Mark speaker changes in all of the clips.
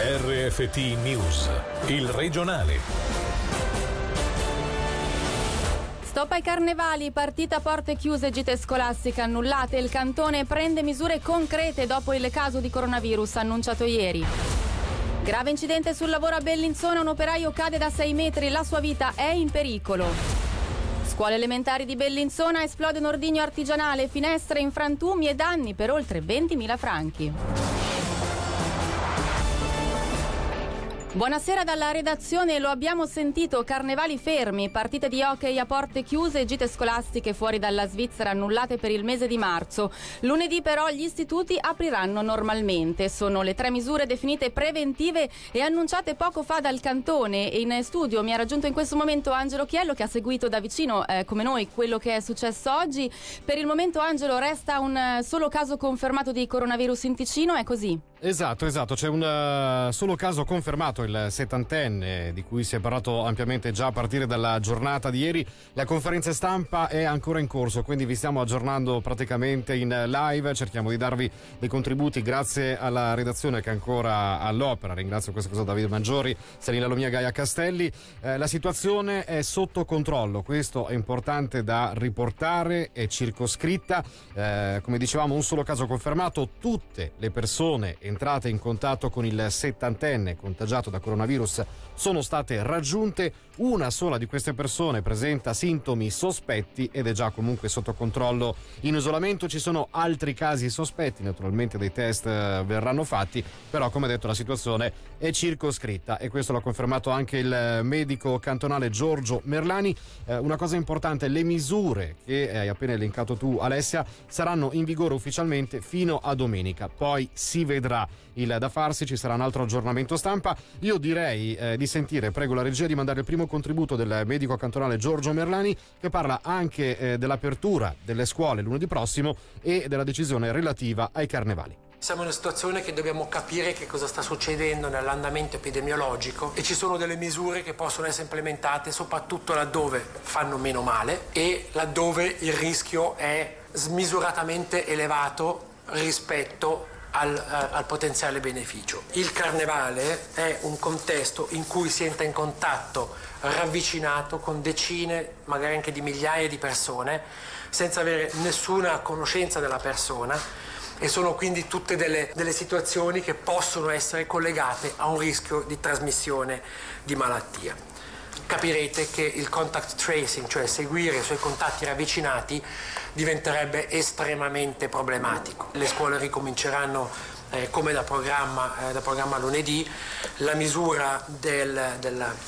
Speaker 1: RFT News, il regionale.
Speaker 2: Stop ai carnevali, partita a porte chiuse, gite scolastiche annullate. Il cantone prende misure concrete dopo il caso di coronavirus annunciato ieri. Grave incidente sul lavoro a Bellinzona, un operaio cade da 6 metri, la sua vita è in pericolo. Scuole elementari di Bellinzona, esplode un ordigno artigianale, finestre in frantumi e danni per oltre 20.000 franchi. Buonasera dalla redazione, lo abbiamo sentito, carnevali fermi, partite di hockey a porte chiuse e gite scolastiche fuori dalla Svizzera annullate per il mese di marzo. Lunedì però gli istituti apriranno normalmente. Sono le 3 misure definite preventive e annunciate poco fa dal cantone. E in studio mi ha raggiunto in questo momento Angelo Chiello, che ha seguito da vicino come noi quello che è successo oggi. Per il momento, Angelo, resta un solo caso confermato di coronavirus in Ticino, è così?
Speaker 3: Esatto, c'è un solo caso confermato, il 70enne, di cui si è parlato ampiamente già a partire dalla giornata di ieri. La conferenza stampa è ancora in corso, quindi vi stiamo aggiornando praticamente in live, cerchiamo di darvi dei contributi grazie alla redazione che è ancora all'opera. Ringrazio questa cosa Davide Maggiori, Selina Lomia, Gaia Castelli. La situazione è sotto controllo, questo è importante da riportare, è circoscritta, come dicevamo un solo caso confermato, tutte le persone entrate in contatto con il 70enne contagiato da coronavirus sono state raggiunte. Una sola di queste persone presenta sintomi sospetti ed è già comunque sotto controllo in isolamento. Ci sono altri casi sospetti, naturalmente dei test verranno fatti, però come detto la situazione è circoscritta e questo l'ha confermato anche il medico cantonale Giorgio Merlani. Una cosa importante, le misure che hai appena elencato tu, Alessia, saranno in vigore ufficialmente fino a domenica, poi si vedrà il da farsi, ci sarà un altro aggiornamento stampa. Io direi di sentire, prego la regia di mandare il primo contributo del medico cantonale Giorgio Merlani, che parla anche dell'apertura delle scuole lunedì prossimo e della decisione relativa ai carnevali.
Speaker 4: Siamo in una situazione che dobbiamo capire che cosa sta succedendo nell'andamento epidemiologico e ci sono delle misure che possono essere implementate soprattutto laddove fanno meno male e laddove il rischio è smisuratamente elevato rispetto al potenziale beneficio. Il carnevale è un contesto in cui si entra in contatto ravvicinato con decine, magari anche di migliaia di persone, senza avere nessuna conoscenza della persona, e sono quindi tutte delle situazioni che possono essere collegate a un rischio di trasmissione di malattia. Capirete che il contact tracing, cioè seguire i suoi contatti ravvicinati, diventerebbe estremamente problematico. Le scuole ricominceranno come da programma lunedì. La misura del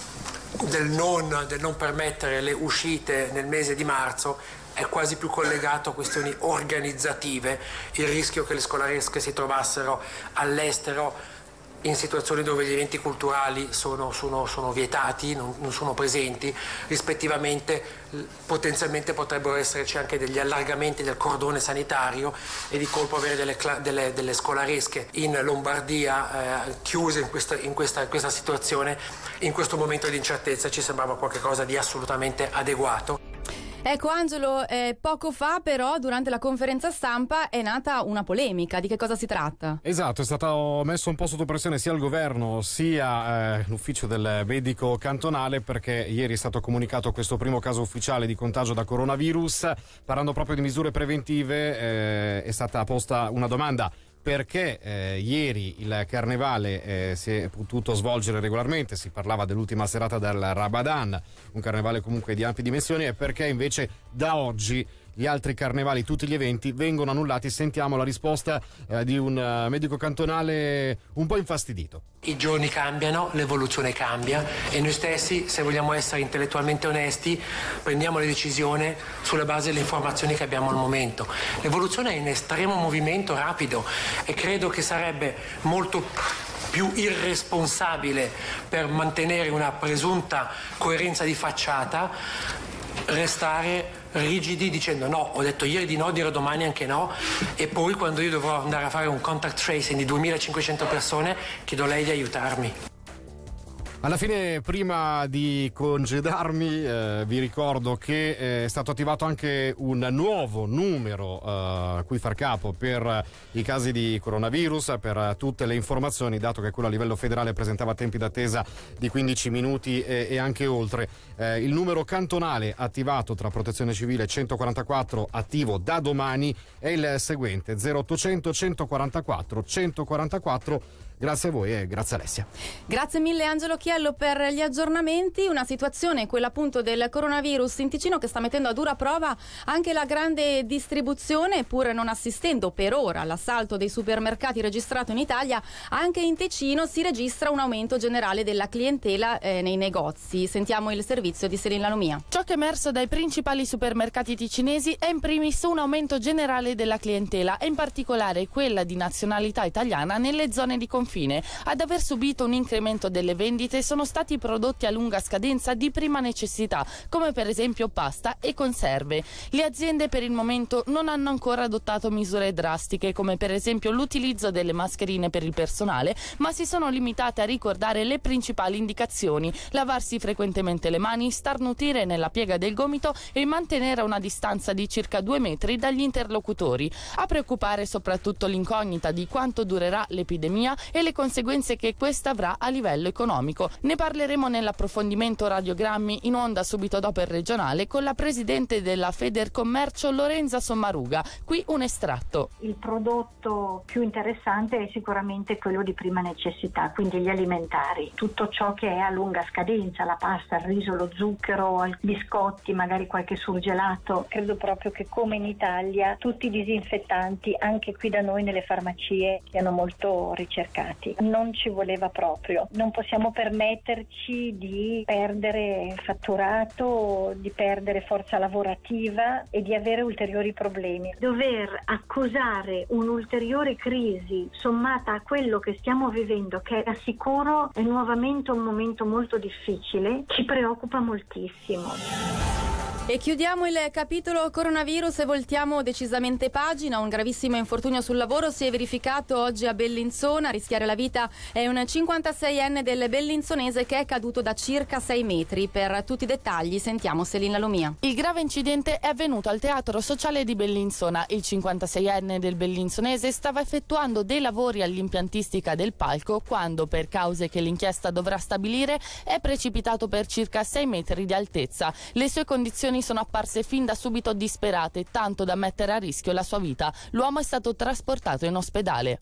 Speaker 4: non permettere le uscite nel mese di marzo è quasi più collegato a questioni organizzative. Il rischio che le scolaresche si trovassero all'estero in situazioni dove gli eventi culturali sono vietati, non sono presenti, rispettivamente potenzialmente potrebbero esserci anche degli allargamenti del cordone sanitario e di colpo avere delle scolaresche in Lombardia chiuse in questa situazione. In questo momento di incertezza ci sembrava qualcosa di assolutamente adeguato.
Speaker 2: Ecco Angelo, poco fa però durante la conferenza stampa è nata una polemica. Di che cosa si tratta?
Speaker 3: Esatto, è stato messo un po' sotto pressione sia il governo sia l'ufficio del medico cantonale, perché ieri è stato comunicato questo primo caso ufficiale di contagio da coronavirus. Parlando proprio di misure preventive è stata posta una domanda: perché ieri il carnevale si è potuto svolgere regolarmente, si parlava dell'ultima serata del Ramadan, un carnevale comunque di ampie dimensioni, e perché invece da oggi gli altri carnevali, tutti gli eventi vengono annullati. Sentiamo la risposta di un medico cantonale un po' infastidito.
Speaker 4: I giorni cambiano, l'evoluzione cambia e noi stessi, se vogliamo essere intellettualmente onesti, prendiamo le decisioni sulla base delle informazioni che abbiamo al momento. L'evoluzione è in estremo movimento rapido e credo che sarebbe molto più irresponsabile, per mantenere una presunta coerenza di facciata, restare rigidi dicendo no, ho detto ieri di no, dirò domani anche no, e poi quando io dovrò andare a fare un contact tracing di 2500 persone chiedo a lei di aiutarmi.
Speaker 3: Alla fine, prima di congedarmi, vi ricordo che è stato attivato anche un nuovo numero a cui far capo per i casi di coronavirus, per tutte le informazioni, dato che quello a livello federale presentava tempi d'attesa di 15 minuti e anche oltre. Il numero cantonale attivato tra Protezione Civile 144, attivo da domani, è il seguente: 0800 144 144. Grazie a voi e grazie Alessia.
Speaker 2: Grazie mille Angelo Chiello per gli aggiornamenti. Una situazione, quella appunto del coronavirus in Ticino, che sta mettendo a dura prova anche la grande distribuzione, pur non assistendo per ora all'assalto dei supermercati registrato in Italia. Anche in Ticino si registra un aumento generale della clientela nei negozi. Sentiamo il servizio di Selina Lumia.
Speaker 5: Ciò che è emerso dai principali supermercati ticinesi è in primis un aumento generale della clientela, e in particolare quella di nazionalità italiana nelle zone di confine. Ad aver subito un incremento delle vendite sono stati prodotti a lunga scadenza di prima necessità, come per esempio pasta e conserve. Le aziende per il momento non hanno ancora adottato misure drastiche, come per esempio l'utilizzo delle mascherine per il personale, ma si sono limitate a ricordare le principali indicazioni: lavarsi frequentemente le mani, starnutire nella piega del gomito e mantenere una distanza di circa 2 metri dagli interlocutori. A preoccupare soprattutto l'incognita di quanto durerà l'epidemia e le conseguenze che questa avrà a livello economico. Ne parleremo nell'approfondimento Radiogrammi, in onda subito dopo il regionale, con la presidente della Federcommercio Lorenza Sommaruga. Qui un estratto.
Speaker 6: Il prodotto più interessante è sicuramente quello di prima necessità, quindi gli alimentari, tutto ciò che è a lunga scadenza, la pasta, il riso, lo zucchero, i biscotti, magari qualche surgelato. Credo proprio che, come in Italia, tutti i disinfettanti anche qui da noi nelle farmacie siano molto ricercati. Non ci voleva proprio. Non possiamo permetterci di perdere fatturato, di perdere forza lavorativa e di avere ulteriori problemi. Dover accusare un'ulteriore crisi sommata a quello che stiamo vivendo, che assicuro è nuovamente un momento molto difficile, ci preoccupa moltissimo.
Speaker 2: E chiudiamo il capitolo coronavirus e voltiamo decisamente pagina. Un gravissimo infortunio sul lavoro si è verificato oggi a Bellinzona. A rischiare la vita è un 56enne del bellinzonese che è caduto da circa 6 metri. Per tutti i dettagli sentiamo Selina Lumia.
Speaker 5: Il grave incidente è avvenuto al Teatro Sociale di Bellinzona. Il 56enne del bellinzonese stava effettuando dei lavori all'impiantistica del palco quando, per cause che l'inchiesta dovrà stabilire, è precipitato per circa 6 metri di altezza. Le sue condizioni sono apparse fin da subito disperate, tanto da mettere a rischio la sua vita. L'uomo è stato trasportato in ospedale.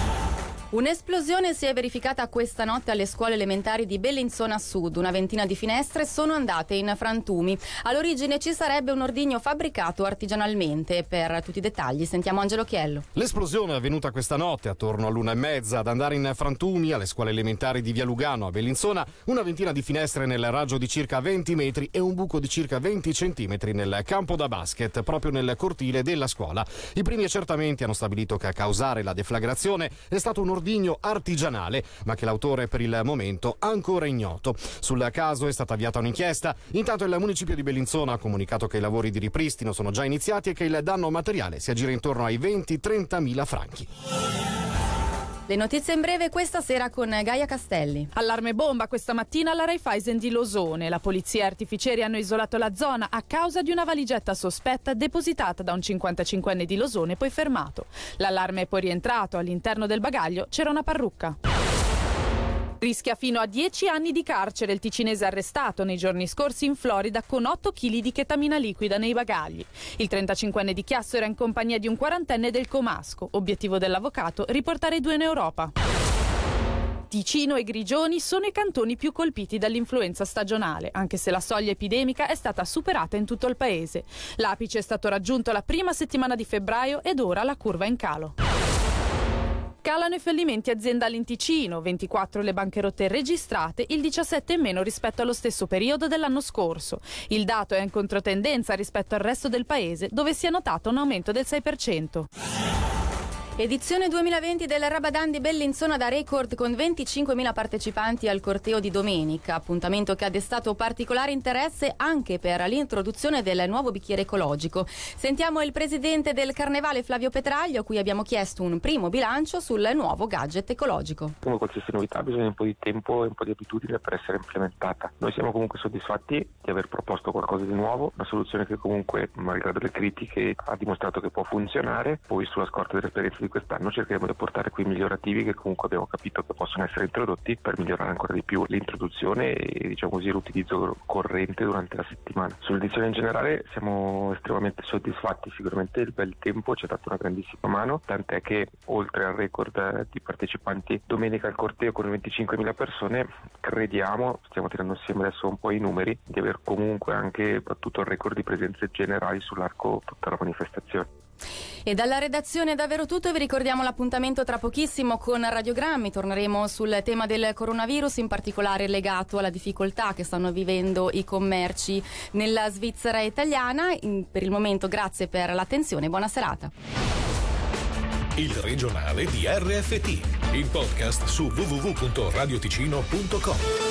Speaker 2: Un'esplosione si è verificata questa notte alle scuole elementari di Bellinzona Sud. Una ventina di finestre sono andate in frantumi. All'origine ci sarebbe un ordigno fabbricato artigianalmente. Per tutti i dettagli sentiamo Angelo Chiello.
Speaker 3: L'esplosione è avvenuta questa notte attorno all'1:30. Ad andare in frantumi alle scuole elementari di Via Lugano a Bellinzona una ventina di finestre nel raggio di circa 20 metri e un buco di circa 20 centimetri nel campo da basket, proprio nel cortile della scuola. I primi accertamenti hanno stabilito che a causare la deflagrazione è stato un ordigno artigianale, ma che l'autore per il momento ancora ignoto. Sul caso è stata avviata un'inchiesta. Intanto il municipio di Bellinzona ha comunicato che i lavori di ripristino sono già iniziati e che il danno materiale si aggira intorno ai 20-30 mila franchi.
Speaker 2: Le notizie in breve questa sera con Gaia Castelli.
Speaker 7: Allarme bomba questa mattina alla Raiffeisen di Losone. La polizia e artificieri hanno isolato la zona a causa di una valigetta sospetta depositata da un 55enne di Losone, poi fermato. L'allarme è poi rientrato. All'interno del bagaglio c'era una parrucca. Rischia fino a 10 anni di carcere il ticinese arrestato nei giorni scorsi in Florida con 8 kg di chetamina liquida nei bagagli. Il 35enne di Chiasso era in compagnia di un 40enne del Comasco. Obiettivo dell'avvocato: riportare i due in Europa. Ticino e Grigioni sono i cantoni più colpiti dall'influenza stagionale, anche se la soglia epidemica è stata superata in tutto il paese. L'apice è stato raggiunto la prima settimana di febbraio ed ora la curva è in calo. Calano i fallimenti aziendali in Ticino, 24 le bancarotte registrate, il 17 in meno rispetto allo stesso periodo dell'anno scorso. Il dato è in controtendenza rispetto al resto del paese, dove si è notato un aumento del 6%.
Speaker 2: Edizione 2020 del Rabadan di Bellinzona da record con 25.000 partecipanti al corteo di domenica, appuntamento che ha destato particolare interesse anche per l'introduzione del nuovo bicchiere ecologico. Sentiamo il presidente del Carnevale Flavio Petraglio, a cui abbiamo chiesto un primo bilancio sul nuovo gadget ecologico.
Speaker 8: Come qualsiasi novità bisogna un po' di tempo e un po' di abitudine per essere implementata. Noi siamo comunque soddisfatti di aver proposto qualcosa di nuovo, una soluzione che comunque, malgrado le critiche, ha dimostrato che può funzionare. Poi sulla scorta dell'esperienza di quest'anno cercheremo di apportare quei migliorativi che comunque abbiamo capito che possono essere introdotti per migliorare ancora di più l'introduzione e l'utilizzo corrente durante la settimana. Sull'edizione in generale siamo estremamente soddisfatti, sicuramente il bel tempo ci ha dato una grandissima mano, tant'è che oltre al record di partecipanti domenica al corteo con 25.000 persone, crediamo, stiamo tirando insieme adesso un po' i numeri, di aver comunque anche battuto il record di presenze generali sull'arco tutta la manifestazione.
Speaker 2: E dalla redazione è davvero tutto, vi ricordiamo l'appuntamento tra pochissimo con Radiogrammi. Torneremo sul tema del coronavirus, in particolare legato alla difficoltà che stanno vivendo i commerci nella Svizzera italiana. Per il momento grazie per l'attenzione, buona serata.
Speaker 1: Il regionale di RFT, il podcast su www.radioticino.com.